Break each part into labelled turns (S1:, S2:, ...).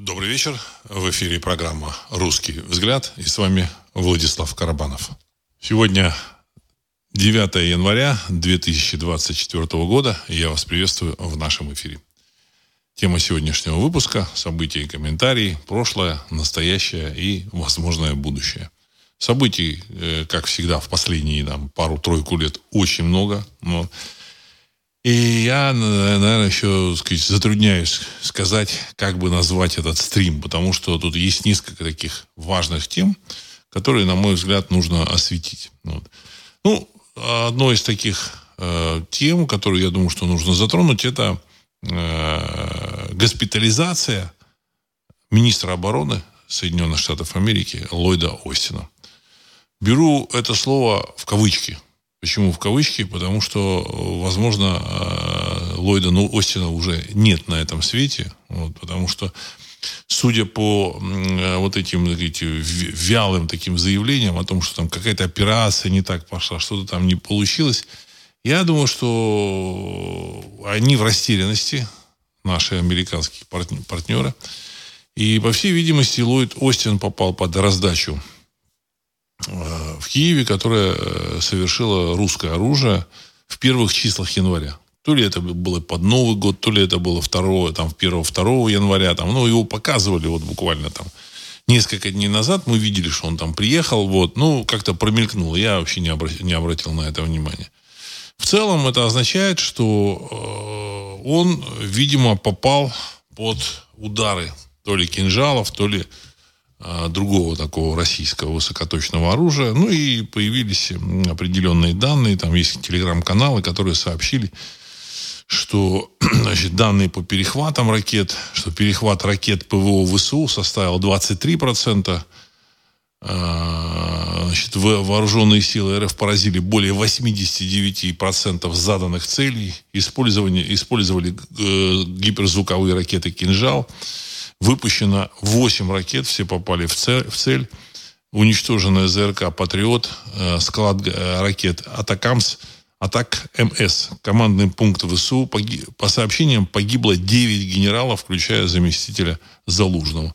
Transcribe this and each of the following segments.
S1: Добрый вечер. В эфире программа «Русский взгляд». И с вами Владислав Карабанов. Сегодня 9 января 2024 года. И я вас приветствую в нашем эфире. Тема сегодняшнего выпуска – события и комментарии, прошлое, настоящее и возможное будущее. Событий, как всегда, в последние пару-тройку лет очень много. И я, наверное, еще затрудняюсь сказать, как бы назвать этот стрим, потому что тут есть несколько таких важных тем, которые, на мой взгляд, нужно осветить. Одной из таких тем, которую, я думаю, что нужно затронуть, это госпитализация министра обороны Соединенных Штатов Америки Ллойда Остина. Беру это слово в кавычки. Почему в кавычки? Потому что, возможно, Ллойда Остина уже нет на этом свете. Потому что, судя по этим вялым таким заявлениям о том, что там какая-то операция не так пошла, что-то там не получилось, я думаю, что они в растерянности, наши американские партнеры. И, по всей видимости, Ллойд Остин попал под раздачу в Киеве, которая совершила русское оружие в первых числах января. То ли это было под Новый год, то ли это было 2 января. Его показывали буквально несколько дней назад. Мы видели, что он там приехал. Как-то промелькнуло. Я вообще не обратил на это внимания. В целом это означает, что он, видимо, попал под удары то ли кинжалов, то ли другого такого российского высокоточного оружия. И появились определенные данные. Там есть телеграм-каналы, которые сообщили, что данные по перехватам ракет, что перехват ракет ПВО ВСУ составил 23%. Вооруженные силы РФ поразили более 89% заданных целей. Использовали гиперзвуковые ракеты «Кинжал». Выпущено 8 ракет, все попали в цель. Уничтожена ЗРК «Патриот», склад ракет «Атак-МС», командный пункт ВСУ. По сообщениям, погибло 9 генералов, включая заместителя Залужного.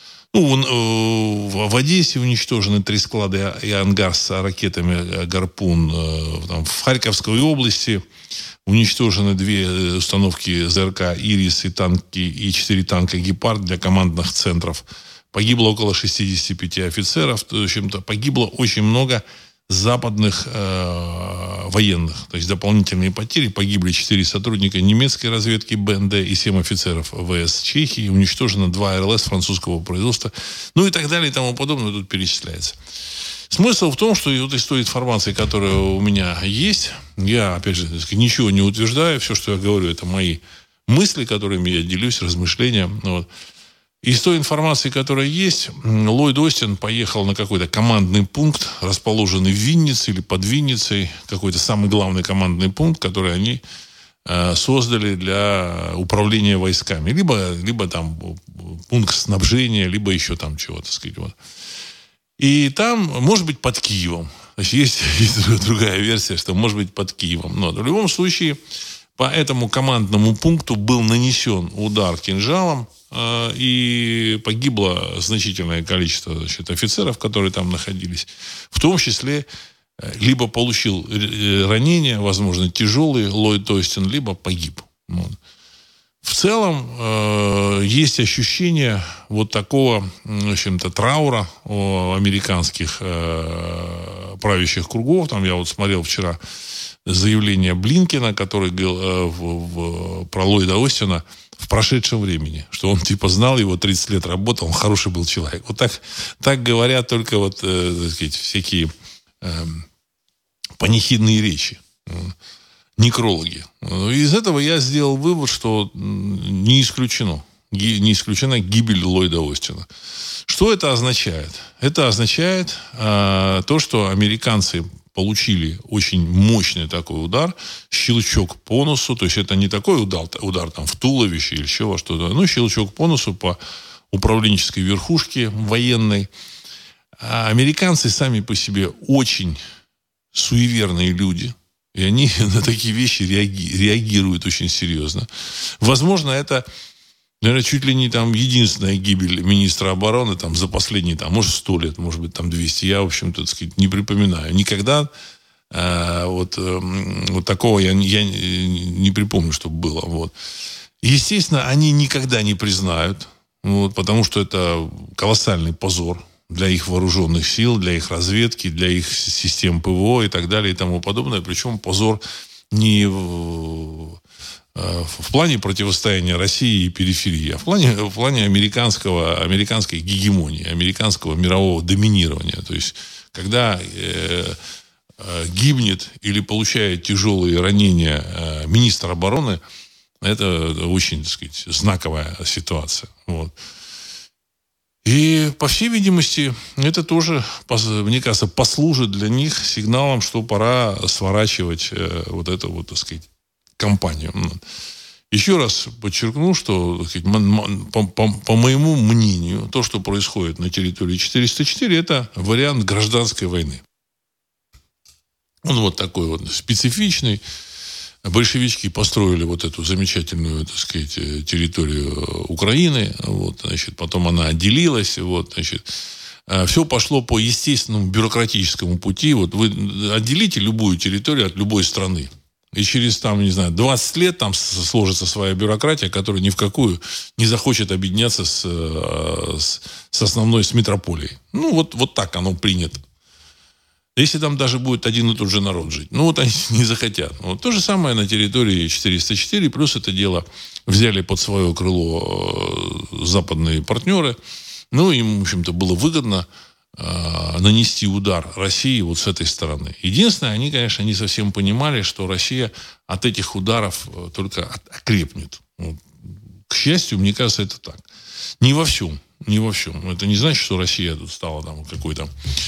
S1: В Одессе уничтожены 3 склада и ангар с ракетами «Гарпун». В Харьковской области уничтожены 2 установки ЗРК «Ирис» и 4 танка «Гепард» для командных центров. Погибло около 65 офицеров. В общем-то, погибло очень много западных военных. То есть дополнительные потери. Погибли 4 сотрудника немецкой разведки БНД и 7 офицеров ВС Чехии. Уничтожено 2 РЛС французского производства. И так далее и тому подобное тут перечисляется. Смысл в том, что из той информации, которая у меня есть, я, опять же, ничего не утверждаю. Все, что я говорю, это мои мысли, которыми я делюсь, размышления. Из той информации, которая есть, Ллойд Остин поехал на какой-то командный пункт, расположенный в Виннице или под Винницей, какой-то самый главный командный пункт, который они создали для управления войсками. Либо там пункт снабжения, либо еще там чего-то, И там, может быть, под Киевом. Есть другая версия, что может быть под Киевом. Но в любом случае, по этому командному пункту был нанесен удар кинжалом, и погибло значительное количество офицеров, которые там находились. В том числе, либо получил ранения, возможно, тяжелые Ллойд Остин, либо погиб. В целом, есть ощущение такого, в общем-то, траура у американских правящих кругов. Я смотрел вчера заявление Блинкена, который говорил про Ллойда Остина в прошедшем времени, что он знал его, 30 лет работал, он хороший был человек. Так говорят только всякие панихидные речи. Некрологи. Из этого я сделал вывод, что не исключена гибель Ллойда Остина. Что это означает? Это означает то, что американцы получили очень мощный такой удар, щелчок по носу, то есть это не такой удар в туловище или еще во что-то, но щелчок по носу, по управленческой верхушке военной. А американцы сами по себе очень суеверные люди, и они на такие вещи реагируют очень серьезно. Возможно, это наверное, чуть ли не там единственная гибель министра обороны там за последние, там, может, 100 лет, может быть, там 200. Я, в общем-то, так сказать, не припоминаю. Никогда вот такого я не припомню, чтобы было. Вот. Естественно, они никогда не признают, вот, потому что это колоссальный позор для их вооруженных сил, для их разведки, для их систем ПВО и так далее и тому подобное. Причем позор не в плане противостояния России и периферии, а в плане американской гегемонии, американского мирового доминирования. То есть, когда гибнет или получает тяжелые ранения министр обороны, это очень, так сказать, знаковая ситуация. Вот. И, по всей видимости, это тоже, мне кажется, послужит для них сигналом, что пора сворачивать вот эту вот, так сказать, кампанию. Еще раз подчеркну, что, так сказать, по моему мнению, то, что происходит на территории 404, это вариант гражданской войны. Он вот такой вот специфичный. Большевички построили вот эту замечательную, так сказать, территорию Украины. Вот, значит, потом она отделилась. Вот, значит, все пошло по естественному бюрократическому пути. Вот вы отделите любую территорию от любой страны. И через, там, не знаю, 20 лет там сложится своя бюрократия, которая ни в какую не захочет объединяться с основной, с метрополией. Ну, вот так оно принято. Если там даже будет один и тот же народ жить. Ну, вот они не захотят. Вот то же самое на территории 404. Плюс это дело взяли под свое крыло западные партнеры. Ну, им, в общем-то, было выгодно нанести удар России вот с этой стороны. Единственное, они, конечно, не совсем понимали, что Россия от этих ударов только окрепнет. Вот. К счастью, мне кажется, это так. Не во всем. Не во всем. Это не значит, что Россия тут стала там какой-то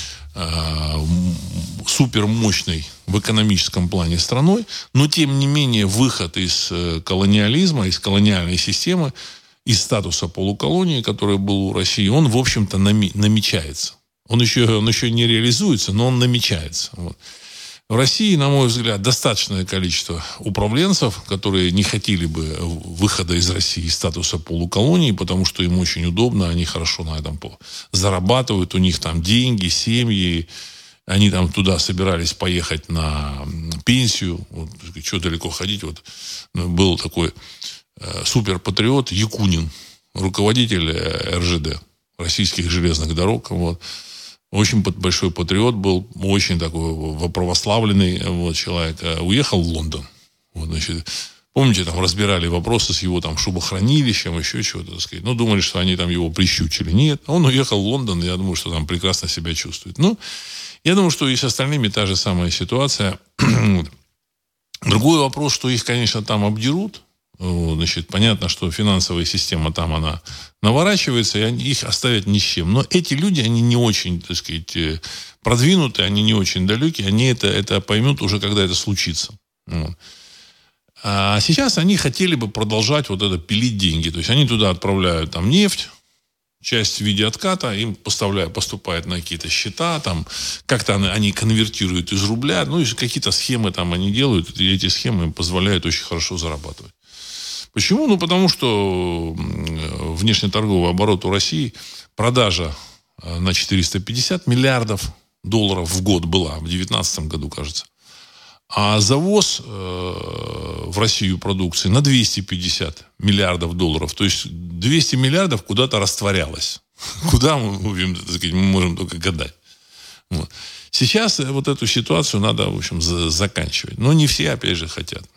S1: супермощной в экономическом плане страной, но, тем не менее, выход из колониализма, из колониальной системы, из статуса полуколонии, который был у России, он, в общем-то, намечается. Он еще не реализуется, но он намечается. Вот. В России, на мой взгляд, достаточное количество управленцев, которые не хотели бы выхода из России из статуса полуколонии, потому что им очень удобно, они хорошо на этом зарабатывают, у них там деньги, семьи, они там туда собирались поехать на пенсию. Вот, что далеко ходить. Вот, был такой суперпатриот Якунин, руководитель РЖД, российских железных дорог. Вот. Очень большой патриот был, очень такой православленный вот, человек. Уехал в Лондон. Вот, значит, помните, там разбирали вопросы с его там шубохранилищем, еще чего-то, так сказать. Ну, думали, что они там его прищучили. Нет, он уехал в Лондон, и я думаю, что там прекрасно себя чувствует. Ну, я думаю, что и с остальными та же самая ситуация. Другой вопрос, что их, конечно, там обдерут. Значит, понятно, что финансовая система там, она наворачивается, и их оставят ни с чем. Но эти люди, они не очень, так сказать, продвинутые, они не очень далекие, они это поймут уже, когда это случится. Вот. А сейчас они хотели бы продолжать вот это пилить деньги. То есть они туда отправляют там нефть, часть в виде отката, им поступает на какие-то счета, там, как-то они конвертируют из рубля, ну, и какие-то схемы там они делают, и эти схемы им позволяют очень хорошо зарабатывать. Почему? Ну, потому что внешнеторговый оборот у России, продажа на 450 миллиардов долларов в год была, в 2019 году, кажется. А завоз в Россию продукции на 250 миллиардов долларов. То есть 200 миллиардов куда-то растворялось. Куда мы можем только гадать. Вот. Сейчас вот эту ситуацию надо, в общем, заканчивать. Но не все, опять же, хотят.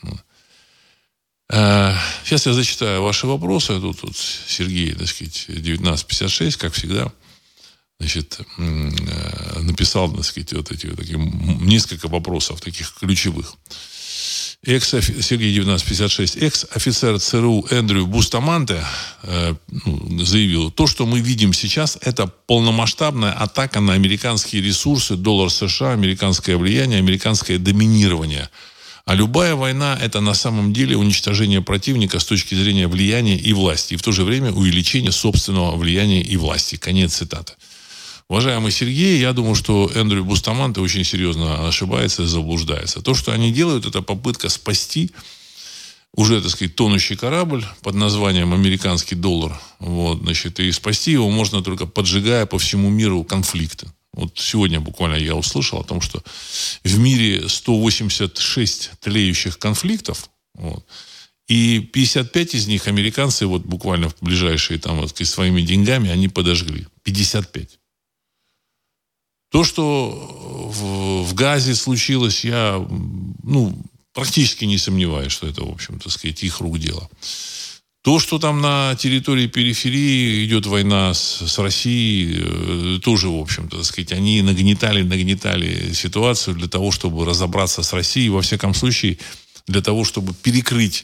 S1: Сейчас я зачитаю ваши вопросы. Тут Сергей, так сказать, 1956, как всегда, значит, написал, так сказать, вот эти вот несколько вопросов таких ключевых. Сергей 1956, экс-офицер ЦРУ Эндрю Бустаманте заявил: то, что мы видим сейчас, это полномасштабная атака на американские ресурсы, доллар США, американское влияние, американское доминирование. А любая война – это на самом деле уничтожение противника с точки зрения влияния и власти, и в то же время увеличение собственного влияния и власти. Конец цитаты. Уважаемый Сергей, я думаю, что Эндрю Бустаманте очень серьезно ошибается и заблуждается. То, что они делают, это попытка спасти уже, так сказать, тонущий корабль под названием американский доллар. Вот, значит, и спасти его можно только поджигая по всему миру конфликты. Вот сегодня буквально я услышал о том, что в мире 186 тлеющих конфликтов, вот, и 55 из них американцы вот буквально в ближайшие там вот, своими деньгами они подожгли. 55. То, что в Газе случилось, я практически не сомневаюсь, что это, в общем, так сказать, их рук дело. То, что там на территории периферии идет война с Россией, тоже, в общем-то, так сказать, они нагнетали ситуацию для того, чтобы разобраться с Россией, во всяком случае, для того, чтобы перекрыть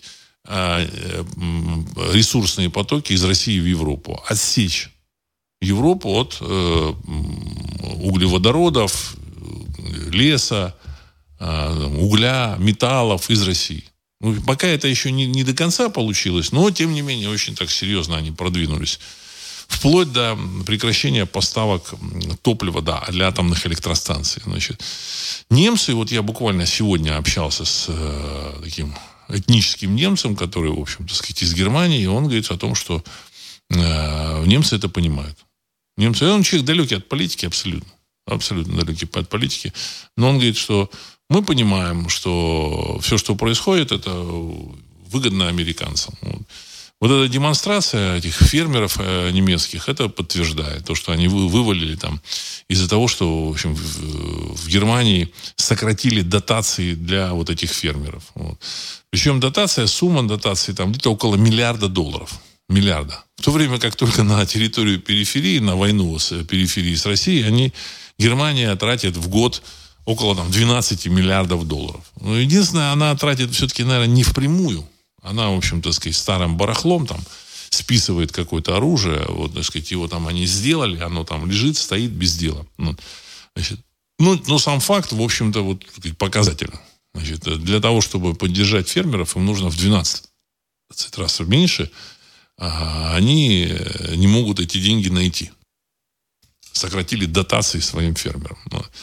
S1: ресурсные потоки из России в Европу, отсечь Европу от углеводородов, леса, угля, металлов из России. Пока это еще не до конца получилось, но, тем не менее, очень так серьезно они продвинулись. Вплоть до прекращения поставок топлива для атомных электростанций. Значит, немцы, вот я буквально сегодня общался с таким этническим немцем, который, в общем, так сказать, из Германии, и он говорит о том, что немцы это понимают. Немцы, он человек далекий от политики, абсолютно далекий от политики, но он говорит, что мы понимаем, что все, что происходит, это выгодно американцам. Вот эта демонстрация этих фермеров немецких, это подтверждает то, что они вывалили там из-за того, что, в общем, в Германии сократили дотации для вот этих фермеров. Вот. Причем сумма дотации там где-то около $1 миллиарда. Миллиарда. В то время как только на территорию периферии, на войну с периферией с Россией, Германия тратит в год около $12 миллиардов. Но единственное, она тратит все-таки, наверное, не впрямую. Она, в общем, так сказать, старым барахлом там списывает какое-то оружие, вот, так сказать, его там они сделали, оно там лежит, стоит без дела. Значит, но сам факт, в общем-то, вот, показательный. Значит, для того, чтобы поддержать фермеров, им нужно в 12 раз меньше, а они не могут эти деньги найти. Сократили дотации своим фермерам.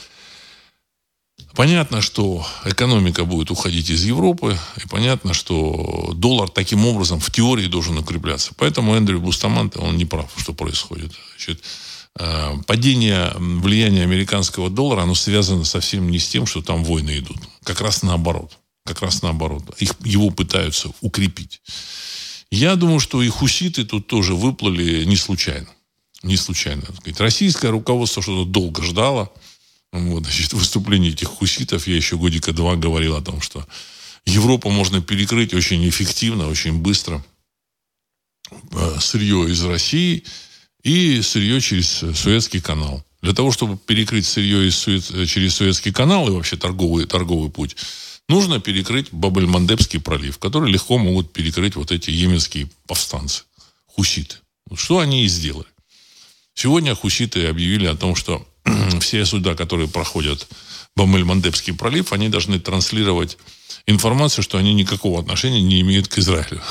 S1: Понятно, что экономика будет уходить из Европы, и понятно, что доллар таким образом в теории должен укрепляться. Поэтому Эндрю Бустаманте, он не прав, что происходит. Значит, падение влияния американского доллара, оно связано совсем не с тем, что там войны идут. Как раз наоборот. Его пытаются укрепить. Я думаю, что и хуситы тут тоже выплыли не случайно. Российское руководство что-то долго ждало. Вот, значит, выступление этих хуситов, я еще 2 года говорил о том, что Европу можно перекрыть очень эффективно, очень быстро. Сырье из России и сырье через Суэцкий канал. Для того, чтобы перекрыть сырье через Суэцкий канал и вообще торговый путь, нужно перекрыть Баб-эль-Мандебский пролив, который легко могут перекрыть вот эти йеменские повстанцы, хуситы. Вот что они и сделали. Сегодня хуситы объявили о том, что все суда, которые проходят Баб-эль-Мандебский пролив, они должны транслировать информацию, что они никакого отношения не имеют к Израилю.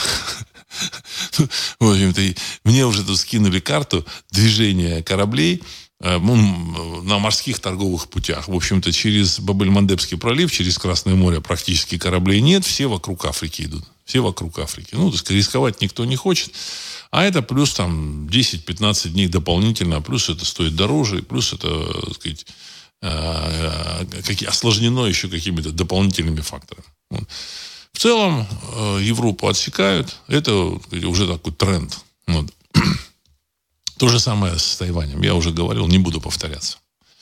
S1: В общем-то, мне уже тут скинули карту движения кораблей на морских торговых путях. В общем-то, через Баб-эль-Мандебский пролив, через Красное море практически кораблей нет. Все вокруг Африки идут. Так сказать, рисковать никто не хочет. А это плюс там 10-15 дней дополнительно. Плюс это стоит дороже. Плюс это, так сказать, осложнено еще какими-то дополнительными факторами. Вот. В целом, Европу отсекают. Это уже такой тренд. Вот. То же самое с Тайванем. Я уже говорил, не буду повторяться.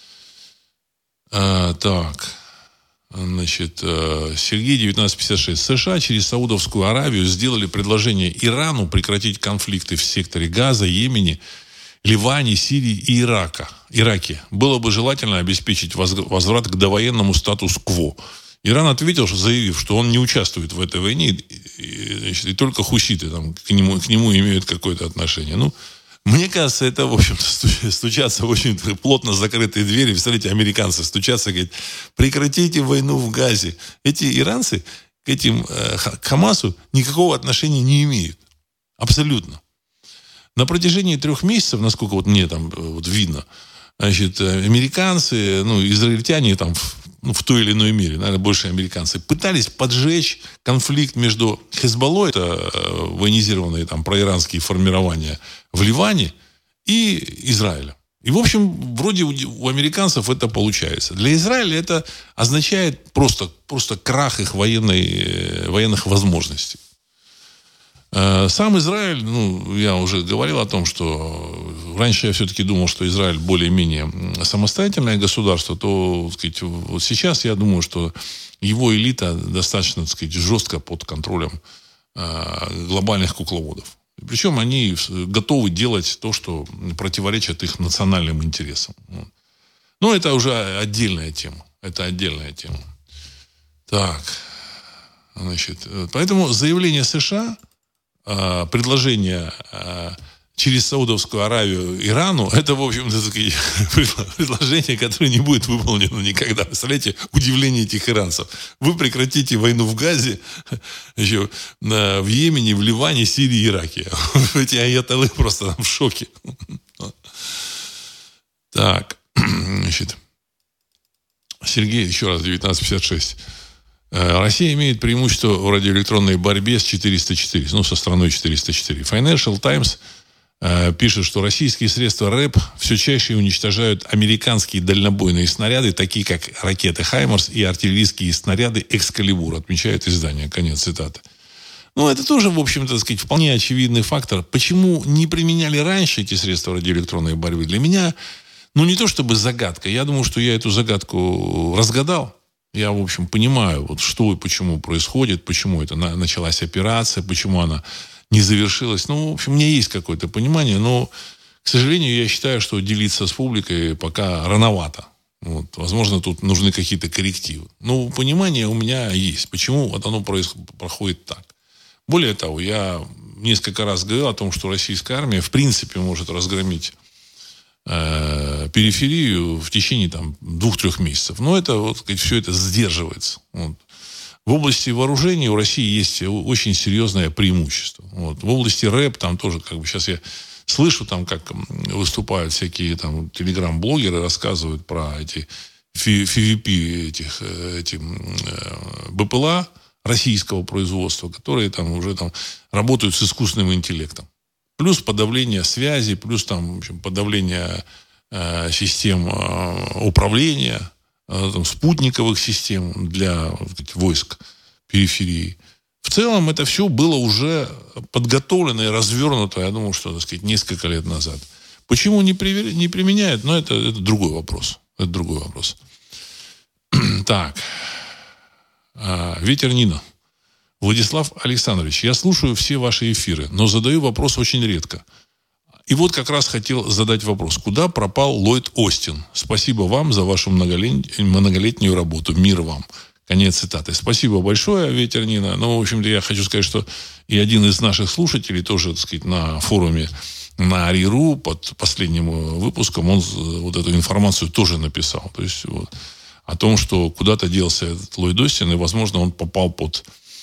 S1: Значит, Сергей, 1956. США через Саудовскую Аравию сделали предложение Ирану прекратить конфликты в секторе Газа, Йемене, Ливане, Сирии и Ираке. Было бы желательно обеспечить возврат к довоенному статус-кво. Иран ответил, заявив, что он не участвует в этой войне, и только хуситы там, к нему имеют какое-то отношение. Мне кажется, это, в общем-то, стучаться в очень плотно закрытые двери. Представляете, американцы стучатся, говорят, прекратите войну в Газе. Эти иранцы к к Хамасу никакого отношения не имеют. Абсолютно. На протяжении 3 месяцев, насколько мне там видно, значит, американцы, израильтяне там в той или иной мере, наверное, больше американцы, пытались поджечь конфликт между Хезболлой, это военизированные там проиранские формирования в Ливане, и Израилем. И, в общем, вроде у американцев это получается. Для Израиля это означает просто крах их военных возможностей. Сам Израиль, я уже говорил о том, что раньше я все-таки думал, что Израиль более-менее самостоятельное государство, то, так сказать, вот сейчас я думаю, что его элита достаточно, так сказать, жестко под контролем глобальных кукловодов. Причем они готовы делать то, что противоречит их национальным интересам. Но это уже отдельная тема. Это отдельная тема. Так, значит, поэтому заявление США, предложение через Саудовскую Аравию Ирану, это, в общем-то, предложение, которое не будет выполнено никогда. Представляете, удивление этих иранцев. Вы прекратите войну в Газе, еще в Йемене, в Ливане, Сирии, Ираке. Эти аятоллы просто в шоке. Так, значит, Сергей, еще раз, 1956. Россия имеет преимущество в радиоэлектронной борьбе с 404, со страной 404. Financial Times пишет, что российские средства РЭП все чаще уничтожают американские дальнобойные снаряды, такие как ракеты «Хаймарс» и артиллерийские снаряды «Экскалибур», отмечает издание. Конец цитаты. Это тоже, в общем-то, так сказать, вполне очевидный фактор. Почему не применяли раньше эти средства радиоэлектронной борьбы? Для меня, не то чтобы загадка. Я думаю, что я эту загадку разгадал. Я, в общем, понимаю, что и почему происходит, почему это началась операция, почему она не завершилась. В общем, у меня есть какое-то понимание, но, к сожалению, я считаю, что делиться с публикой пока рановато. Возможно, тут нужны какие-то коррективы. Но понимание у меня есть, почему оно проходит так. Более того, я несколько раз говорил о том, что российская армия, в принципе, может разгромить периферию в течение 2-3 месяцев. Но это, все это сдерживается. В области вооружений у России есть очень серьезное преимущество. В области рэп там тоже, сейчас я слышу, как выступают всякие телеграм-блогеры, рассказывают про эти ФВП, эти БПЛА российского производства, которые уже работают с искусственным интеллектом. Плюс подавление связи, плюс в общем, подавление систем управления, спутниковых систем для войск периферии. В целом это все было уже подготовлено и развернуто, я думаю, что, несколько лет назад. Почему не применяют? Это другой вопрос. Это другой вопрос. Так. Ветер Нина. Владислав Александрович, я слушаю все ваши эфиры, но задаю вопрос очень редко. И как раз хотел задать вопрос. Куда пропал Ллойд Остин? Спасибо вам за вашу многолетнюю работу. Мир вам. Конец цитаты. Спасибо большое, Ветер Нина. В общем-то, я хочу сказать, что и один из наших слушателей тоже, на форуме на Ари.ру под последним выпуском он эту информацию тоже написал. То есть о том, что куда-то делся этот Ллойд Остин, и, возможно, он попал под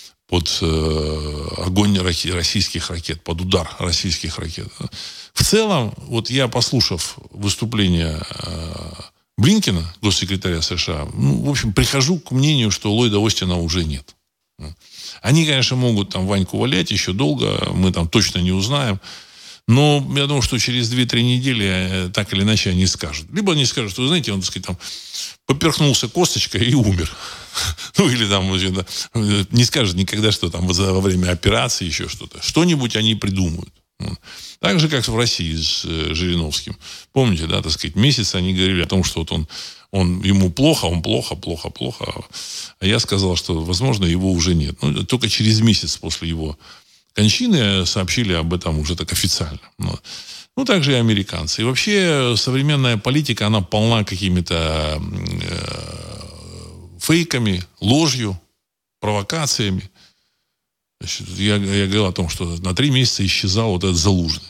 S1: огонь российских ракет, под удар российских ракет. В целом, я, послушав выступление Блинкена, госсекретаря США, в общем, прихожу к мнению, что Ллойда Остина уже нет. Они, конечно, могут Ваньку валять еще долго, мы точно не узнаем. Но я думаю, что через 2-3 недели так или иначе они скажут. Либо они скажут, что, вы знаете, он, поперхнулся косточкой и умер. Или не скажут никогда, что во время операции еще что-то. Что-нибудь они придумают. Так же, как в России с Жириновским. Помните, месяц они говорили о том, что ему плохо, он плохо. А я сказал, что, возможно, его уже нет. Только через месяц после его кончины сообщили об этом уже так официально. Также и американцы. И вообще современная политика, она полна какими-то фейками, ложью, провокациями. Я говорил о том, что на 3 месяца исчезал этот Залужный.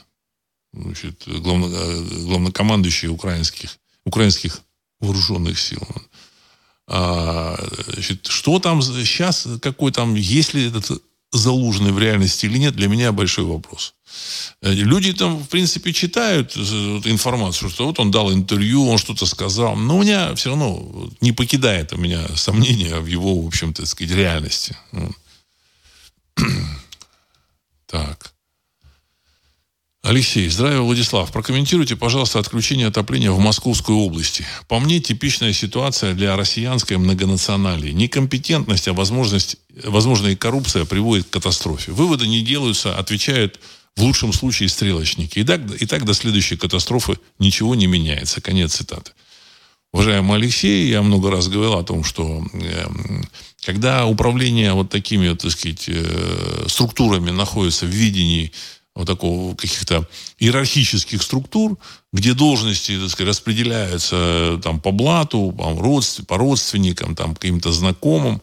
S1: Главнокомандующий украинских вооруженных сил. Что там сейчас, есть ли этот Залужный в реальности или нет, для меня большой вопрос. Люди там, в принципе, читают информацию, что вот он дал интервью, он что-то сказал. Но у меня все равно не покидает у меня сомнения в его, в общем-то, так сказать, реальности. Так. Алексей, здравия, Владислав. Прокомментируйте, пожалуйста, отключение отопления в Московской области. По мне, типичная ситуация для россиянской многонационалии. Некомпетентность, а возможная коррупция приводит к катастрофе. Выводы не делаются, отвечают в лучшем случае стрелочники. И так до следующей катастрофы ничего не меняется. Конец цитаты. Уважаемый Алексей, я много раз говорил о том, что когда управление вот такими, так сказать, структурами находится в видении вот такого каких-то иерархических структур, где должности, так сказать, распределяются там по блату, по родственникам, там, каким-то знакомым,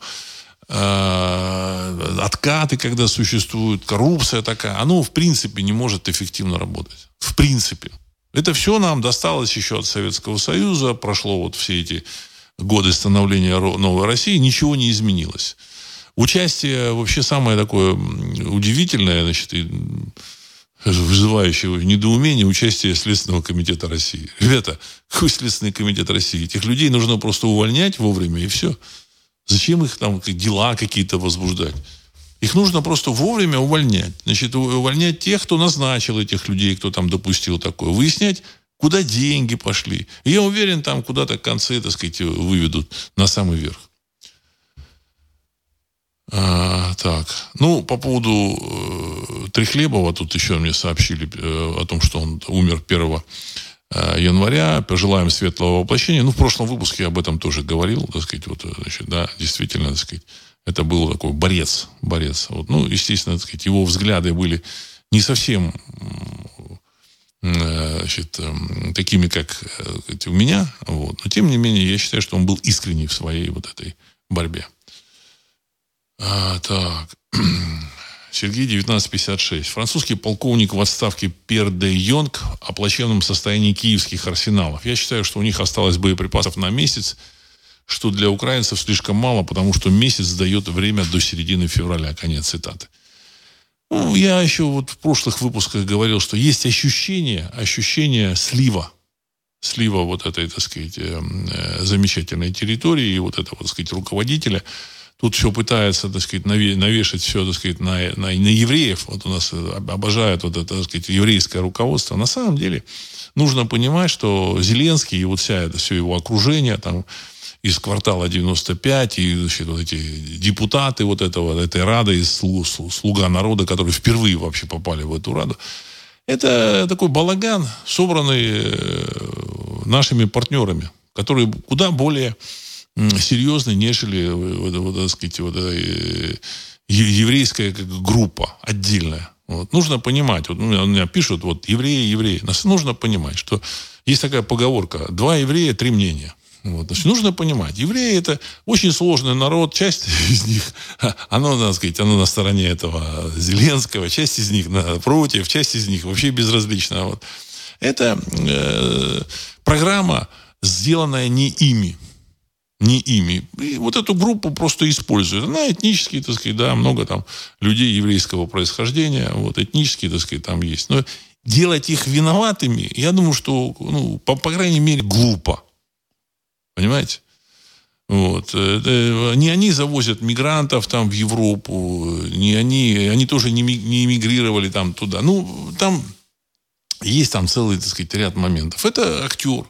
S1: откаты, когда существуют, коррупция такая, оно, в принципе, не может эффективно работать. В принципе. Это все нам досталось еще от Советского Союза, прошло вот все эти годы становления новой России, ничего не изменилось. Участие, вообще самое такое удивительное, значит, и вызывающее недоумение, участие Следственного комитета России. Ребята, какой Следственный комитет России? Этих людей нужно просто увольнять вовремя, и все. Зачем их там дела какие-то возбуждать? Их нужно просто вовремя увольнять. Значит, увольнять тех, кто назначил этих людей, кто там допустил такое. Выяснять, куда деньги пошли. И я уверен, там куда-то концы, так сказать, выведут на самый верх. Так. Ну, по поводу Трехлебова, тут еще мне сообщили о том, что он умер 1 января. Пожелаем светлого воплощения. Ну, в прошлом выпуске я об этом тоже говорил, так сказать, вот, значит, да, действительно, так сказать, это был такой борец. Вот. Ну, естественно, так сказать, его взгляды были не совсем, значит, такими, как у меня, вот. Но, тем не менее, я считаю, что он был искренний в своей вот этой борьбе. Так. Сергей, 1956. Французский полковник в отставке Пьер де Йонг о плачевном состоянии киевских арсеналов. Я считаю, что у них осталось боеприпасов на месяц, что для украинцев слишком мало, потому что месяц дает время до середины февраля. Конец цитаты. Ну, я еще вот в прошлых выпусках говорил, что есть ощущение слива вот этой, так сказать, замечательной территории и вот этого, так сказать, руководителя. Тут все пытается, так сказать, навешать все, так сказать, на евреев. Вот у нас обожают вот это, так сказать, еврейское руководство. На самом деле нужно понимать, что Зеленский и вот все его окружение там из квартала 95 и, значит, вот эти депутаты вот этой Рады, из слуга народа, которые впервые вообще попали в эту Раду, это такой балаган, собранный нашими партнерами, которые куда более серьезный, нежели вот, так сказать, вот, еврейская группа отдельная. Вот. Нужно понимать, вот, у меня пишут, вот, евреи. Нужно понимать, что есть такая поговорка: 2 еврея, 3 мнения. Вот. Значит, нужно понимать, евреи — это очень сложный народ, часть из них, оно, так сказать, оно на стороне этого Зеленского, часть из них против, часть из них вообще безразлична. Вот. Это программа, сделанная не ими. И вот эту группу просто используют. Она этнически, так сказать, да, много там людей еврейского происхождения, вот, этнически, так сказать, там есть. Но делать их виноватыми, я думаю, что, ну, по крайней мере, глупо. Понимаете? Вот. Не они завозят мигрантов там в Европу, не они тоже не эмигрировали там туда. Ну, там есть там целый, так сказать, ряд моментов. Это актер,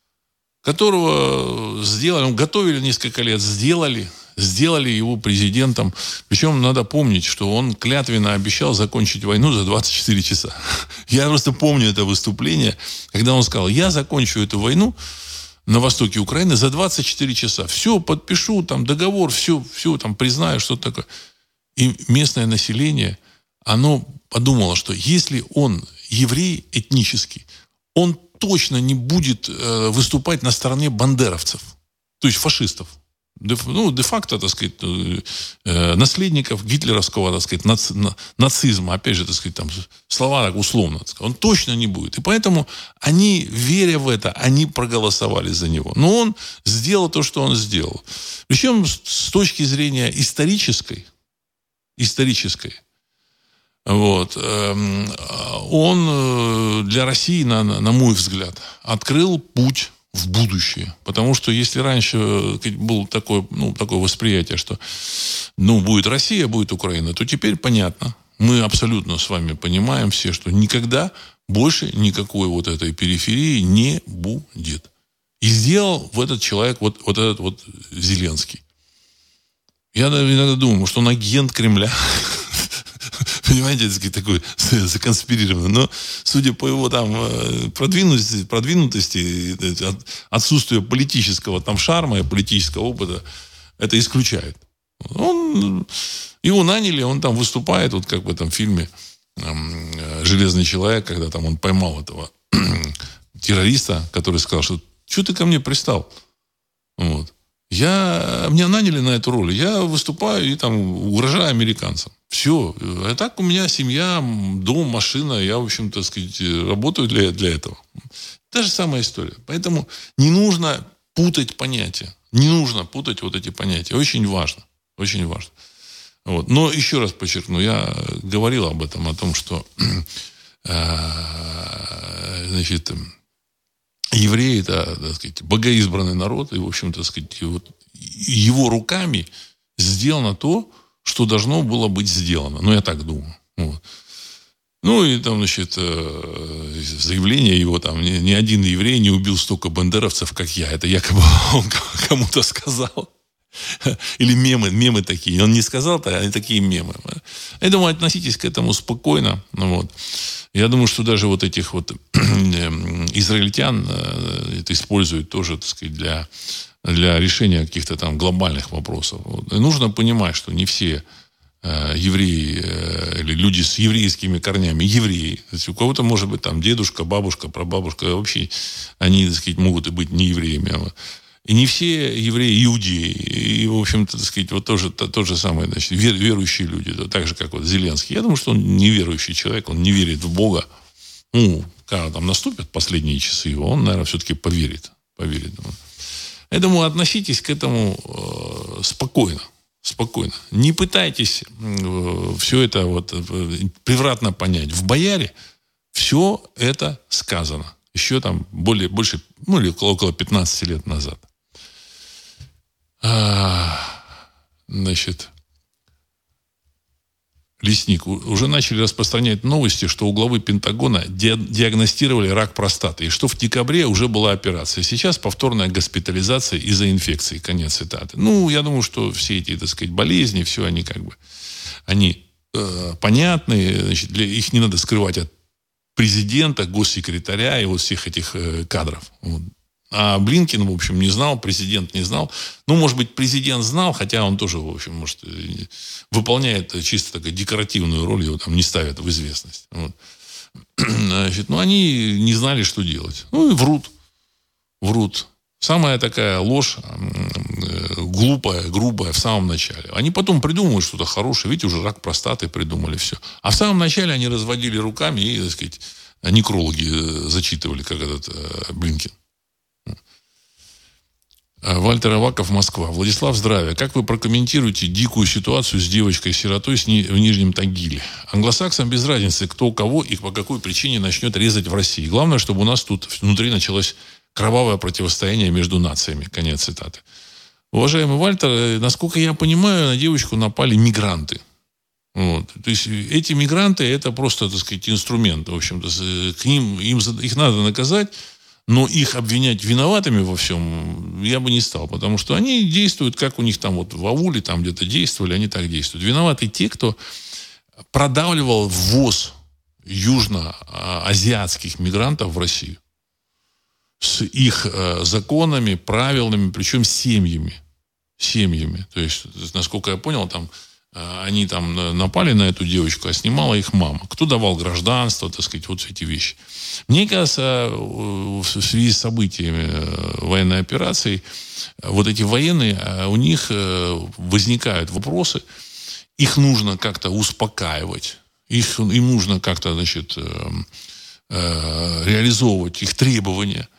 S1: которого готовили несколько лет, сделали его президентом. Причем надо помнить, что он клятвенно обещал закончить войну за 24 часа. Я просто помню это выступление, когда он сказал: я закончу эту войну на востоке Украины за 24 часа. Все, подпишу, там, договор, все, там, признаю, что-то такое. И местное население, оно подумало, что если он еврей этнический, он точно не будет выступать на стороне бандеровцев, то есть фашистов. Де-факто, так сказать, наследников гитлеровского, так сказать, нацизма, опять же, так сказать, там слова так условно, так сказать, он точно не будет. И поэтому они, веря в это, они проголосовали за него. Но он сделал то, что он сделал. Причем с точки зрения исторической, исторической. Вот. Он для России, на мой взгляд, открыл путь в будущее. Потому что если раньше было такое восприятие, что будет Россия, будет Украина, то теперь понятно. Мы абсолютно с вами понимаем все, что никогда больше никакой вот этой периферии не будет. И сделал этот человек, вот этот вот Зеленский. Я иногда думаю, что он агент Кремля. Понимаете, такой законспирированный. Но, судя по его там продвинутости, отсутствию политического там шарма и политического опыта, это исключает. Его наняли, он там выступает, вот как в этом фильме «Железный человек», когда там он поймал этого террориста, который сказал, что ты ко мне пристал? Вот. Меня наняли на эту роль, я выступаю и там угрожаю американцам. Все. А так у меня семья, дом, машина, я, в общем-то, работаю для этого. Та же самая история. Поэтому не нужно путать понятия. Не нужно путать вот эти понятия. Очень важно. Очень важно. Вот. Но еще раз подчеркну, я говорил об этом, о том, что евреи — это, так сказать, богоизбранный народ, и, в общем-то, его руками сделано то, что должно было быть сделано. Я так думаю. Вот. И там, заявление его, там, ни один еврей не убил столько бандеровцев, как я. Это якобы он кому-то сказал. Или мемы такие. Он не сказал-то, а такие мемы. Я думаю, относитесь к этому спокойно. Вот. Я думаю, что даже вот этих вот израильтян это используют тоже, так сказать, для решения каких-то там глобальных вопросов. Вот. И нужно понимать, что не все евреи или люди с еврейскими корнями евреи. То есть у кого-то может быть там дедушка, бабушка, прабабушка. Вообще они, так сказать, могут и быть не евреями. И не все евреи иудеи. И, в общем-то, так сказать, вот то же самое, значит, верующие люди. Так же, как вот Зеленский. Я думаю, что он неверующий человек, он не верит в Бога. Когда там наступят последние часы его, он, наверное, все-таки поверит. Я думаю, относитесь к этому спокойно. Не пытайтесь все это превратно понять. В «Бояре» все это сказано. Еще там больше, или около 15 лет назад. Лесник. Уже начали распространять новости, что у главы Пентагона диагностировали рак простаты. И что в декабре уже была операция. Сейчас повторная госпитализация из-за инфекции. Конец цитаты. Я думаю, что все эти, так сказать, болезни, все они они понятны. Значит, их не надо скрывать от президента, госсекретаря и вот всех этих кадров. А Блинкин, в общем, не знал, президент не знал. Может быть, президент знал, хотя он тоже, в общем, может, выполняет чисто такую декоративную роль, его там не ставят в известность. Вот. Значит, они не знали, что делать. И врут. Самая такая ложь, глупая, грубая в самом начале. Они потом придумывают что-то хорошее. Видите, уже рак простаты придумали, все. А в самом начале они разводили руками и, так сказать, некрологи зачитывали, как этот Блинкин. Вальтер Аваков, Москва. Владислав, здравия. Как вы прокомментируете дикую ситуацию с девочкой-сиротой в Нижнем Тагиле? Англосаксам без разницы, кто кого и по какой причине начнет резать в России. Главное, чтобы у нас тут внутри началось кровавое противостояние между нациями. Конец цитаты. Уважаемый Вальтер, насколько я понимаю, на девочку напали мигранты. Вот. То есть эти мигранты — это просто, так сказать, инструмент. В общем-то, их надо наказать. Но их обвинять виноватыми во всем я бы не стал, потому что они действуют, как у них там в ауле, там где-то действовали, они так действуют. Виноваты те, кто продавливал ввоз южноазиатских мигрантов в Россию. С их законами, правилами, причем семьями. То есть, насколько я понял, там они там напали на эту девочку, а снимала их мама. Кто давал гражданство, так сказать, вот эти вещи. Мне кажется, в связи с событиями военной операции, вот эти военные, у них возникают вопросы, их нужно как-то успокаивать, им нужно как-то, значит, реализовывать их требования.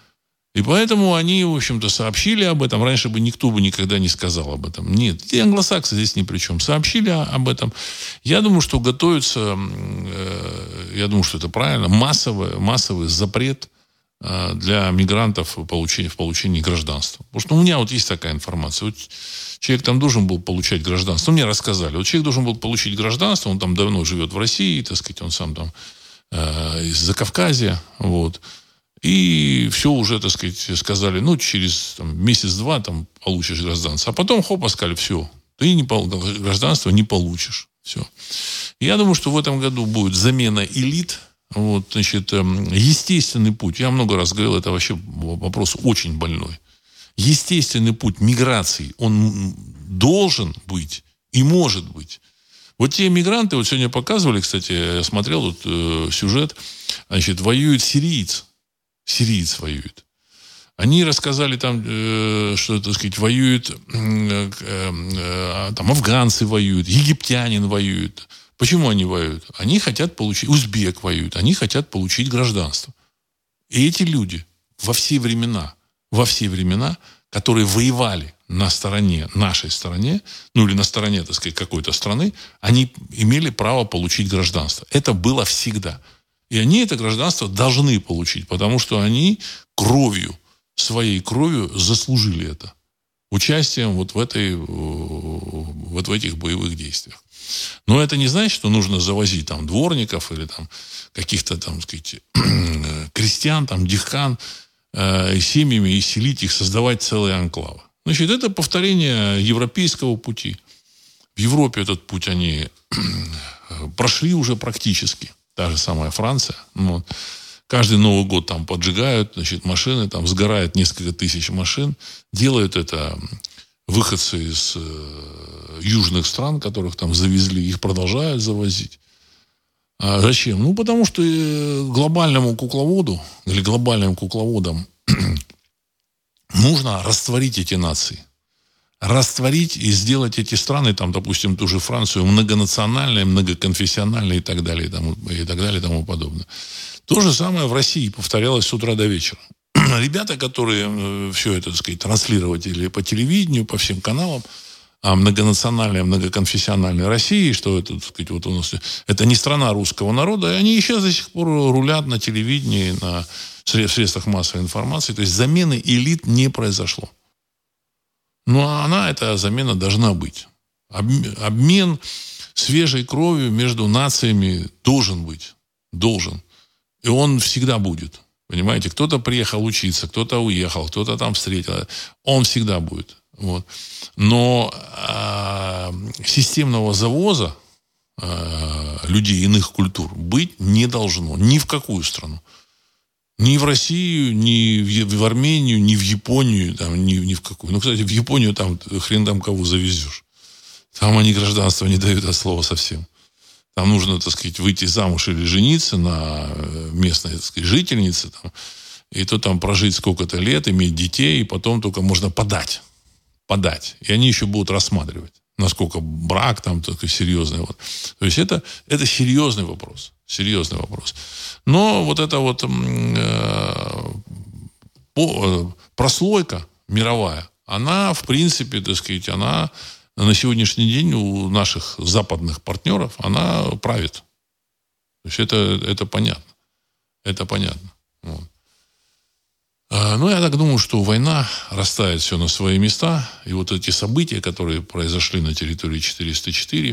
S1: И поэтому они, в общем-то, сообщили об этом. Раньше бы никто бы никогда не сказал об этом. Нет, и англосаксы здесь ни при чем. Сообщили об этом. Я думаю, что готовится, я думаю, что это правильно, массовый запрет для мигрантов в получении гражданства. Потому что у меня вот есть такая информация. Вот человек там должен был получать гражданство. Мне рассказали. Вот человек должен был получить гражданство. Он там давно живет в России, так сказать, он сам там из Закавказья. Вот. И все уже, так сказать, сказали, через месяц-два там получишь гражданство. А потом, сказали, все, ты гражданство не получишь. Все. Я думаю, что в этом году будет замена элит. Вот, значит, естественный путь. Я много раз говорил, это вообще вопрос очень больной. Естественный путь миграции, он должен быть и может быть. Вот те мигранты, вот сегодня показывали, кстати, я смотрел тут сюжет, значит, воюет сириец. Сириец воюет. Они рассказали там, что, так сказать, воюют, там афганцы воюют, египтянин воюет. Почему они воюют? Они хотят получить, узбек воюет, они хотят получить гражданство. И эти люди во все времена, которые воевали на стороне, нашей стороне, или на стороне, так сказать, какой-то страны, они имели право получить гражданство. Это было всегда. И они это гражданство должны получить, потому что они своей кровью заслужили это. Участием вот в этих боевых действиях. Но это не значит, что нужно завозить там дворников или там каких-то там, сказать, крестьян, там, дихкан семьями и селить их, создавать целые анклавы. Значит, это повторение европейского пути. В Европе этот путь они прошли уже практически. Та же самая Франция. Вот. Каждый Новый год там поджигают, значит, машины, там сгорает несколько тысяч машин. Делают это выходцы из южных стран, которых там завезли, их продолжают завозить. А зачем? Потому что глобальному кукловоду или глобальным кукловодам нужно растворить эти нации. Растворить и сделать эти страны, там, допустим, ту же Францию, многонациональной, многоконфессиональной и так далее, и тому подобное. То же самое в России повторялось с утра до вечера. Ребята, которые все это, так сказать, транслировать или по телевидению, по всем каналам, о многонациональной, многоконфессиональной России, что это, так сказать, вот у нас это не страна русского народа, и они еще до сих пор рулят на телевидении, в средствах массовой информации. То есть замены элит не произошло. Но эта замена должна быть. Обмен свежей кровью между нациями должен быть. Должен. И он всегда будет. Понимаете? Кто-то приехал учиться, кто-то уехал, кто-то там встретил. Он всегда будет. Вот. Но системного завоза людей иных культур быть не должно. Ни в какую страну. Ни в Россию, ни в Армению, ни в Японию, там, ни в какую. Кстати, в Японию там хрен там кого завезешь. Там они гражданство не дают от слова совсем. Там нужно, так сказать, выйти замуж или жениться на местной, так сказать, жительнице. Там, и то там прожить сколько-то лет, иметь детей, и потом только можно подать. И они еще будут рассматривать, насколько брак там такой серьезный. Вот. То есть это серьезный вопрос. Серьезный вопрос. Но вот эта вот прослойка мировая, она, в принципе, так сказать, она на сегодняшний день у наших западных партнеров, она правит. То есть это понятно. Это понятно. Вот. Но я так думаю, что война расставит все на свои места. И вот эти события, которые произошли на территории 404,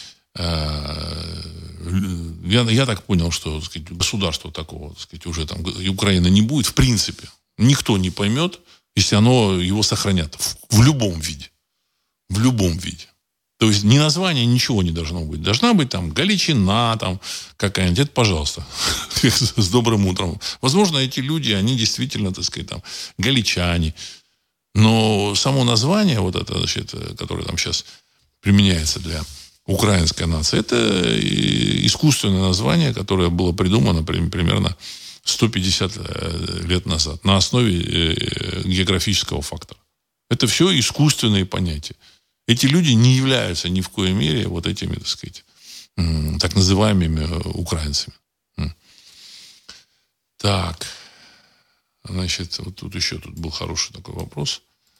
S1: я так понял, что, так сказать, государства такого, так сказать, уже там Украины не будет, в принципе. Никто не поймет, если его сохранят в любом виде. В любом виде. То есть ни названия, ничего не должно быть. Должна быть там Галичина, там какая-нибудь. Это, пожалуйста, с добрым утром. Возможно, эти люди, они действительно, так сказать, там, галичане. Но само название, вот это, значит, которое там сейчас применяется для украинской нации, это искусственное название, которое было придумано примерно 150 лет назад на основе географического фактора. Это все искусственные понятия. Эти люди не являются ни в коей мере вот этими, так сказать, так называемыми украинцами. Так. Значит, вот тут еще был хороший такой вопрос.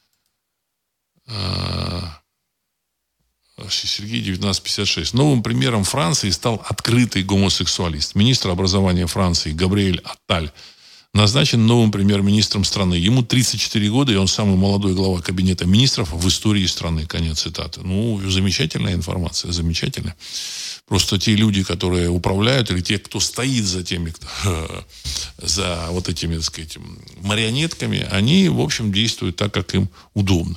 S1: Сергей, 1956. Новым примером Франции стал открытый гомосексуалист. Министр образования Франции Габриэль Атталь назначен новым премьер-министром страны. Ему 34 года, и он самый молодой глава кабинета министров в истории страны. Конец цитаты. Ну, замечательная информация, замечательная. Просто те люди, которые управляют, или те, кто стоит за теми, за вот этими, так сказать, марионетками, они, в общем, действуют так, как им удобно.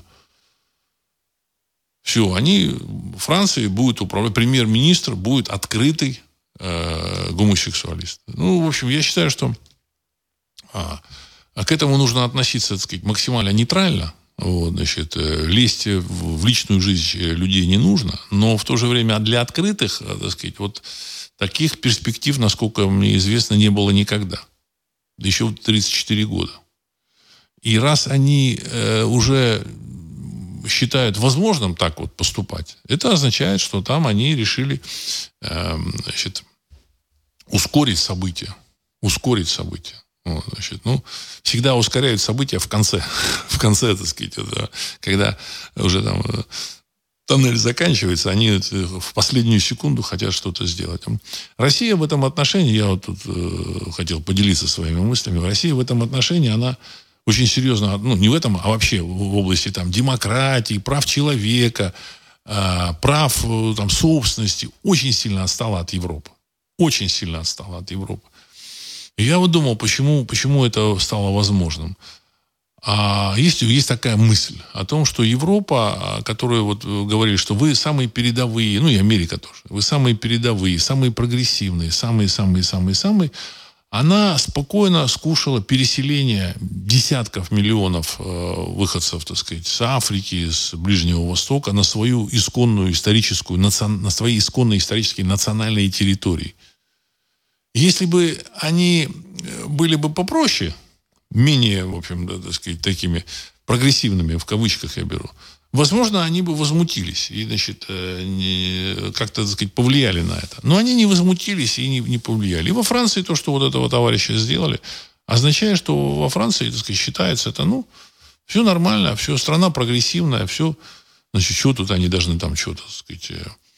S1: Все, Францией будет управлять, премьер-министр будет открытый гомосексуалист. Ну, в общем, я считаю, что к этому нужно относиться, так сказать, максимально нейтрально. Вот, значит, лезть в личную жизнь людей не нужно, но в то же время для открытых, так сказать, вот таких перспектив, насколько мне известно, не было никогда. Еще в 34 года. И раз они уже считают возможным так вот поступать, это означает, что там они решили, значит, ускорить события. Ускорить события. Вот, значит, всегда ускоряют события в конце. В конце, так сказать, когда уже там тоннель заканчивается, они в последнюю секунду хотят что-то сделать. Россия в этом отношении, я вот тут хотел поделиться своими мыслями, Россия в этом отношении, она очень серьезно, не в этом, а вообще в области там демократии, прав человека, прав там собственности, очень сильно отстала от Европы. Очень сильно отстала от Европы. И я вот думал, почему это стало возможным. Есть такая мысль о том, что Европа, которая вот говорили, что вы самые передовые, и Америка тоже, вы самые передовые, самые прогрессивные, самые, она спокойно скушала переселение десятков миллионов выходцев, так сказать, с Африки, с Ближнего Востока на свою исконную историческую, на свои исконные исторические национальные территории. Если бы они были бы попроще, менее, в общем, так сказать, такими прогрессивными, в кавычках я беру, возможно, они бы возмутились и, значит, как-то, так сказать, повлияли на это. Но они не возмутились и не повлияли. И во Франции то, что вот этого товарища сделали, означает, что во Франции, так сказать, считается это, все нормально, все, страна прогрессивная, все, значит, что тут они должны там что-то, так сказать,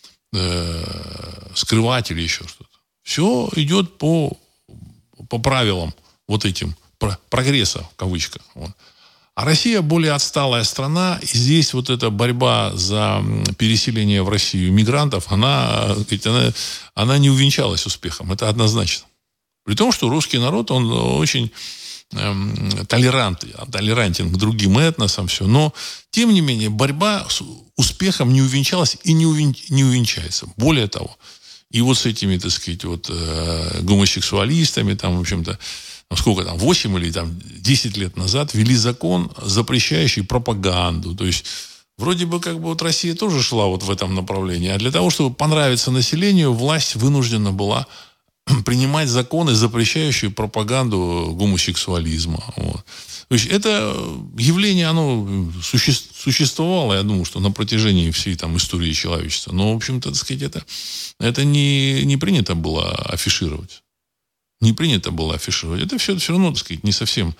S1: скрывать или еще что-то. Все идет по правилам вот этим прогресса, в кавычках. Вот. А Россия более отсталая страна, и здесь вот эта борьба за переселение в Россию мигрантов, она не увенчалась успехом. Это однозначно. При том, что русский народ, он очень толерантен к другим этносам, все. Но, тем не менее, борьба с успехом не увенчалась и не увенчается. Более того, и вот с этими, так сказать, гомосексуалистами, там, в общем-то, 8 или 10 лет назад ввели закон, запрещающий пропаганду. То есть, вроде бы, Россия тоже шла вот в этом направлении. А для того, чтобы понравиться населению, власть вынуждена была принимать законы, запрещающие пропаганду гомосексуализма. Вот. То есть, это явление, оно существовало, я думаю, что на протяжении всей истории человечества. Но, в общем-то, так сказать, это не принято было афишировать. Не принято было афишировать. Это все равно, так сказать, не совсем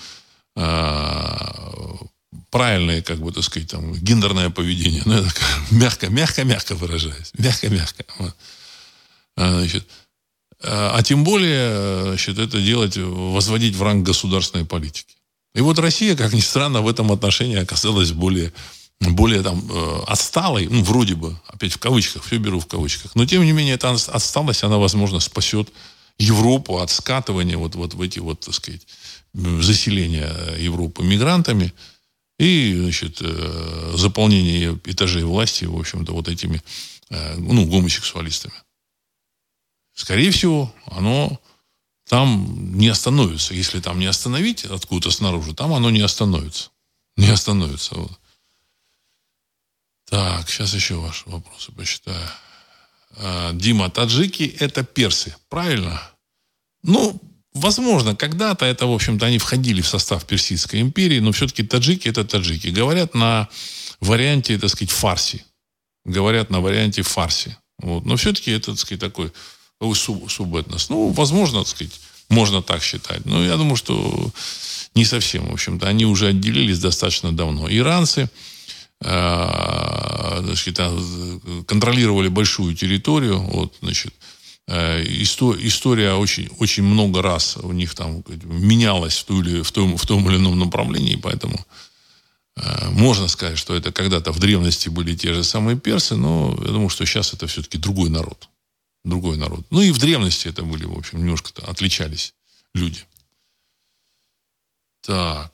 S1: правильное, так сказать, гендерное поведение. Я так мягко выражаюсь. Мягко. Вот. Значит, а тем более, значит, это делать, возводить в ранг государственной политики. И вот Россия, как ни странно, в этом отношении оказалась более отсталой, вроде бы, опять в кавычках, все беру в кавычках. Но, тем не менее, эта отсталость, она, возможно, спасет Европу от скатывания вот в эти, так сказать, заселения Европы мигрантами и, значит, заполнение этажей власти, в общем-то, вот этими, гомосексуалистами. Скорее всего, оно там не остановится. Если там не остановить откуда-то снаружи, там оно не остановится. Не остановится. Вот. Так, сейчас еще ваши вопросы посчитаю. Дима, таджики – это персы. Правильно? Возможно, когда-то это, в общем-то, они входили в состав Персидской империи, но все-таки таджики – это таджики. Говорят на варианте, так сказать, фарси. Говорят на варианте фарси. Вот. Но все-таки это, так сказать, такой субэтнос. Возможно, так сказать, Можно так считать. Но я думаю, что не совсем, в общем-то. Они уже отделились достаточно давно. Иранцы контролировали большую территорию. Вот, значит, история очень, очень много раз у них там менялась в том или ином направлении, поэтому можно сказать, что это когда-то в древности были те же самые персы, но я думаю, что сейчас это все-таки другой народ. Другой народ. Ну и в древности это были, в общем, немножко отличались люди. Так.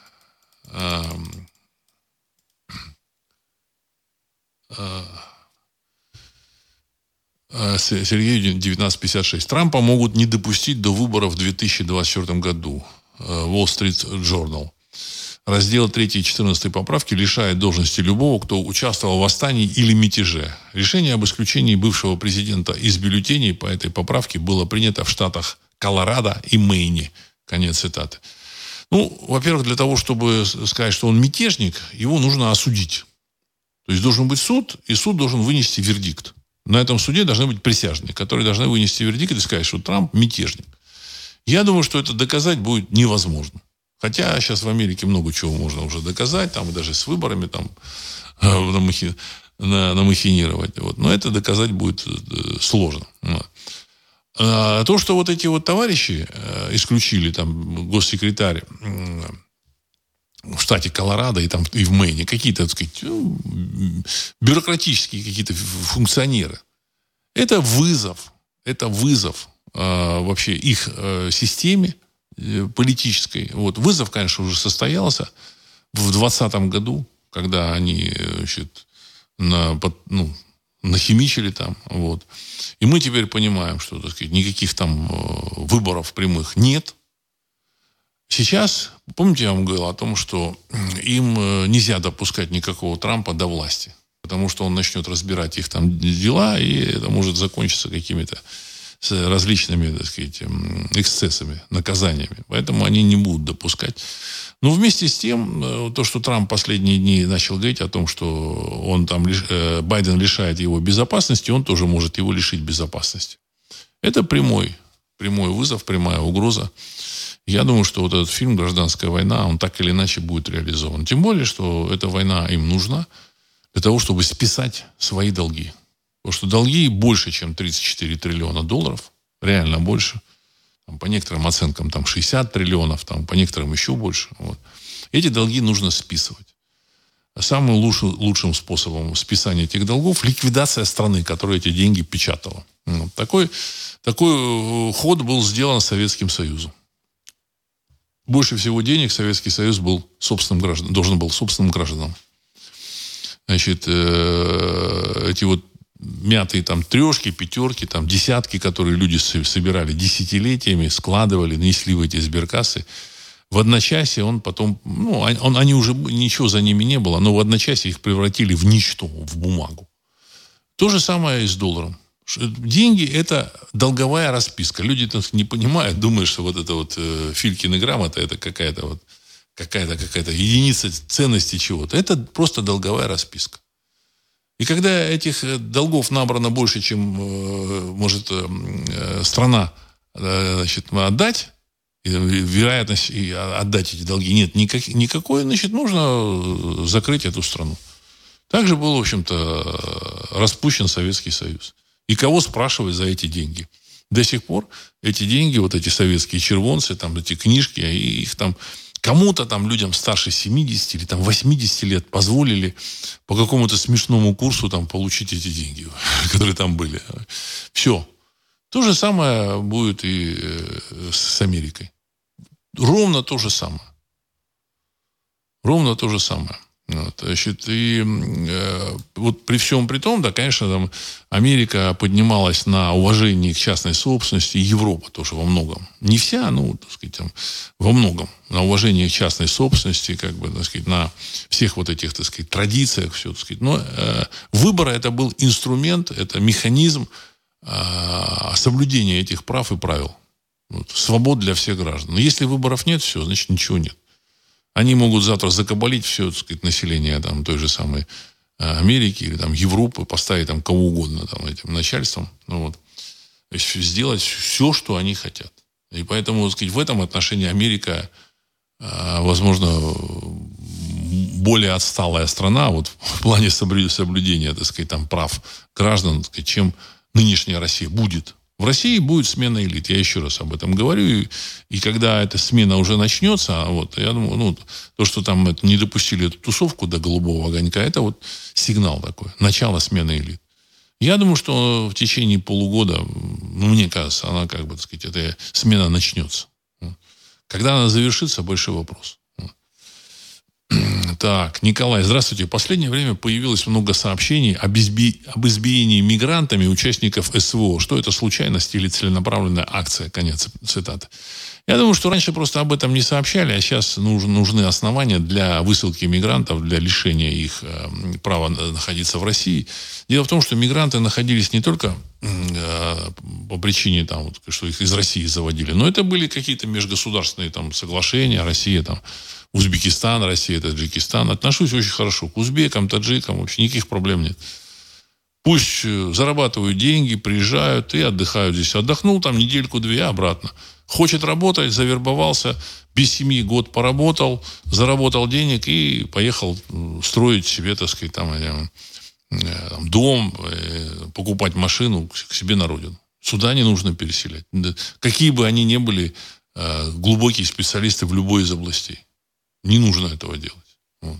S1: Сергей, 1956. Трампа могут не допустить до выборов в 2024 году. Wall Street Journal. Раздел 3 и 14 поправки лишает должности любого, кто участвовал в восстании или мятеже. Решение об исключении бывшего президента из бюллетеней по этой поправке было принято в штатах Колорадо и Мэйне. Конец цитаты. Ну, во-первых, для того, чтобы сказать, что он мятежник, его нужно осудить. То есть должен быть суд, и суд должен вынести вердикт. На этом суде должны быть присяжные, которые должны вынести вердикт и сказать, что Трамп мятежник. Я думаю, что это доказать будет невозможно. Хотя сейчас в Америке много чего можно уже доказать, там и даже с выборами там намахинировать. Вот. Но это доказать будет сложно. А то, что вот эти вот товарищи исключили, там, госсекретарь в штате Колорадо и, там, и в Мэйне, какие-то, так сказать, бюрократические какие-то функционеры. Это вызов вообще их системе политической. Вот. Вызов, конечно, уже состоялся в 2020 году, когда они, значит, нахимичили там. Вот. И мы теперь понимаем, что, так сказать, никаких там выборов прямых нет. Сейчас, помните, я вам говорил о том, что им нельзя допускать никакого Трампа до власти. Потому что он начнет разбирать их там дела, и это может закончиться какими-то различными, так сказать, эксцессами, наказаниями. Поэтому они не будут допускать. Но вместе с тем, то, что Трамп последние дни начал говорить о том, что он там, Байден лишает его безопасности, он тоже может его лишить безопасности. Это прямой вызов, прямая угроза. Я думаю, что вот этот фильм «Гражданская война», он так или иначе будет реализован. Тем более, что эта война им нужна для того, чтобы списать свои долги. Потому что долги больше, чем 34 триллиона долларов. Реально больше. Там, по некоторым оценкам там 60 триллионов, там, по некоторым еще больше. Вот. Эти долги нужно списывать. Самым лучшим способом списания этих долгов – ликвидация страны, которая эти деньги печатала. Вот. Такой ход был сделан Советским Союзом. Больше всего денег Советский Союз должен был собственным гражданам. Значит, эти вот мятые там трешки, пятерки, там десятки, которые люди собирали десятилетиями, складывали, несли в эти сберкассы. В одночасье он потом, они уже, ничего за ними не было, но в одночасье их превратили в ничто, в бумагу. То же самое и с долларом. Деньги – это долговая расписка. Люди не понимают, думают, что вот это вот Филькина грамота – это какая-то единица ценности чего-то. Это просто долговая расписка. И когда этих долгов набрано больше, чем может страна, значит, отдать, и вероятность отдать эти долги нет никакой, значит, нужно закрыть эту страну. Также был, в общем-то, распущен Советский Союз. И кого спрашивать за эти деньги? До сих пор эти деньги, вот эти советские червонцы, там, эти книжки, их там кому-то там людям старше 70 или там 80 лет позволили по какому-то смешному курсу там получить эти деньги, которые там были. Все. То же самое будет и с Америкой. Ровно то же самое. Ровно то же самое. Вот, значит, и вот при всем при том, да, конечно, там Америка поднималась на уважении к частной собственности, и Европа тоже во многом. Не вся, так сказать, там, во многом. На уважении к частной собственности, как бы, так сказать, на всех вот этих, так сказать, традициях, все, так сказать. Но выборы это был инструмент, это механизм соблюдения этих прав и правил. Вот, свобод для всех граждан. Но если выборов нет, все, значит, ничего нет. Они могут завтра закабалить все, так сказать, население там, той же самой Америки или там, Европы, поставить там кого угодно там, этим начальством. Вот. То есть сделать все, что они хотят. И поэтому, так сказать, в этом отношении Америка, возможно, более отсталая страна вот, в плане соблюдения, так сказать, там, прав граждан, так сказать, чем нынешняя Россия будет. В России будет смена элит. Я еще раз об этом говорю. И когда эта смена уже начнется, вот, я думаю, ну, то, что там не допустили эту тусовку до голубого огонька, это вот сигнал такой. Начало смены элит. Я думаю, что в течение полугода, ну, мне кажется, она, как бы, так сказать, эта смена начнется. Когда она завершится, большой вопрос. Так, Николай, здравствуйте. В последнее время появилось много сообщений об избиении мигрантами участников СВО. Что это, случайность или целенаправленная акция? Конец цитаты. Я думаю, что раньше просто об этом не сообщали, а сейчас нужны основания для высылки мигрантов, для лишения их права находиться в России. Дело в том, что мигранты находились не только по причине, там, вот, что их из России заводили, но это были какие-то межгосударственные там, соглашения. Россия, там, Узбекистан, Россия, Таджикистан. Отношусь очень хорошо к узбекам, таджикам. Вообще никаких проблем нет. Пусть зарабатывают деньги, приезжают и отдыхают здесь. Отдохнул там недельку-две, обратно. Хочет работать, завербовался, без семьи год поработал, заработал денег и поехал строить себе, так сказать, там, дом, покупать машину к себе на родину. Сюда не нужно переселять. Какие бы они ни были глубокие специалисты в любой из областей. Не нужно этого делать. Вот.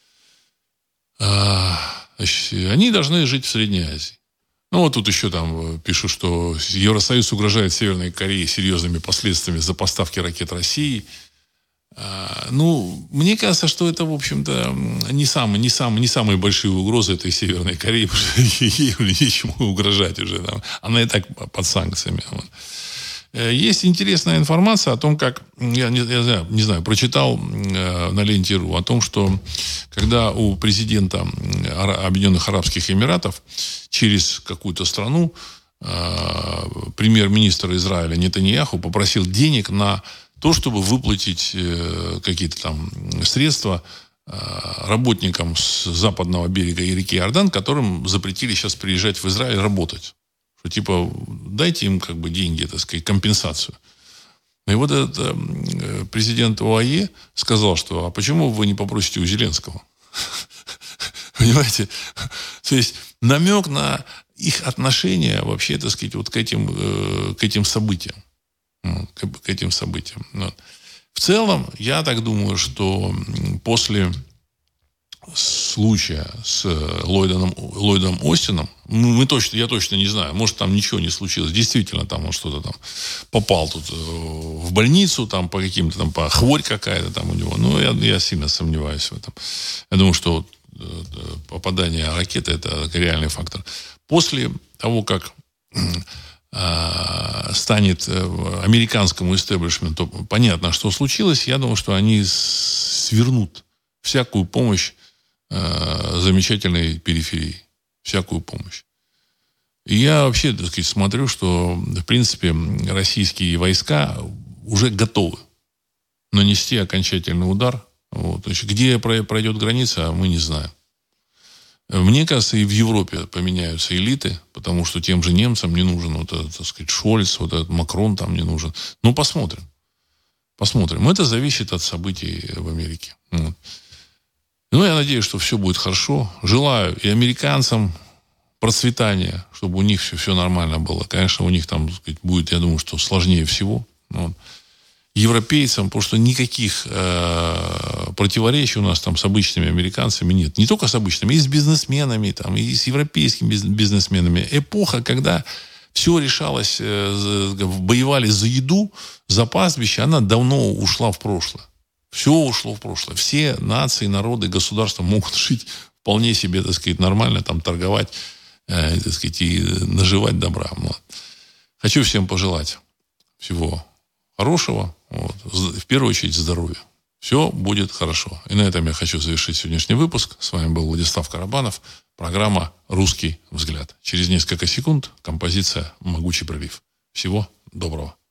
S1: Они должны жить в Средней Азии. Ну, вот тут еще там пишут, что Евросоюз угрожает Северной Корее серьезными последствиями за поставки ракет России. Ну, мне кажется, что это, в общем-то, не самые большие угрозы этой Северной Кореи, потому что ей нечему угрожать уже. Там. Она и так под санкциями. Вот. Есть интересная информация о том, как, я не знаю, прочитал на ленте.ру о том, что когда у президента Объединенных Арабских Эмиратов через какую-то страну премьер-министр Израиля Нетаньяху попросил денег на то, чтобы выплатить какие-то там средства работникам с западного берега и реки Иордан, которым запретили сейчас приезжать в Израиль работать. Что типа дайте им как бы деньги, так сказать, компенсацию. И вот этот президент ОАЕ сказал, что а почему вы не попросите у Зеленского? Понимаете? То есть намек на их отношение вообще, так сказать, вот к этим событиям. К этим событиям. Вот. В целом, я так думаю, что после случая с Ллойдом Остином, я точно не знаю, может, там ничего не случилось. Действительно, там он что-то там попал тут в больницу, там по каким-то там, по хворь какая-то там у него. Ну, я сильно сомневаюсь в этом. Я думаю, что попадание ракеты – это реальный фактор. После того, как станет американскому истеблишменту понятно, что случилось, я думаю, что они свернут всякую помощь замечательной периферии. Всякую помощь. И я вообще, так сказать, смотрю, что, в принципе, российские войска уже готовы нанести окончательный удар. Вот. То есть, где пройдет граница, мы не знаем. Мне кажется, и в Европе поменяются элиты, потому что тем же немцам не нужен вот этот, так сказать, Шольц, вот этот Макрон там не нужен. Ну, посмотрим. Посмотрим. Это зависит от событий в Америке. Вот. Ну, я надеюсь, что все будет хорошо. Желаю и американцам процветания, чтобы у них все нормально было. Конечно, у них там, так сказать, будет, я думаю, что сложнее всего. Вот. Европейцам, потому что никаких противоречий у нас там с обычными американцами нет. Не только с обычными, и с бизнесменами, там, и с европейскими бизнесменами. Эпоха, когда все решалось, воевали за еду, за пастбище, она давно ушла в прошлое. Все ушло в прошлое. Все нации, народы, государства могут жить вполне себе, так сказать, нормально, там, торговать, так сказать, и наживать добра. Вот. Хочу всем пожелать всего хорошего. Вот. В первую очередь здоровья. Все будет хорошо. И на этом я хочу завершить сегодняшний выпуск. С вами был Владислав Карабанов. Программа «Русский взгляд». Через несколько секунд композиция «Могучий прилив». Всего доброго.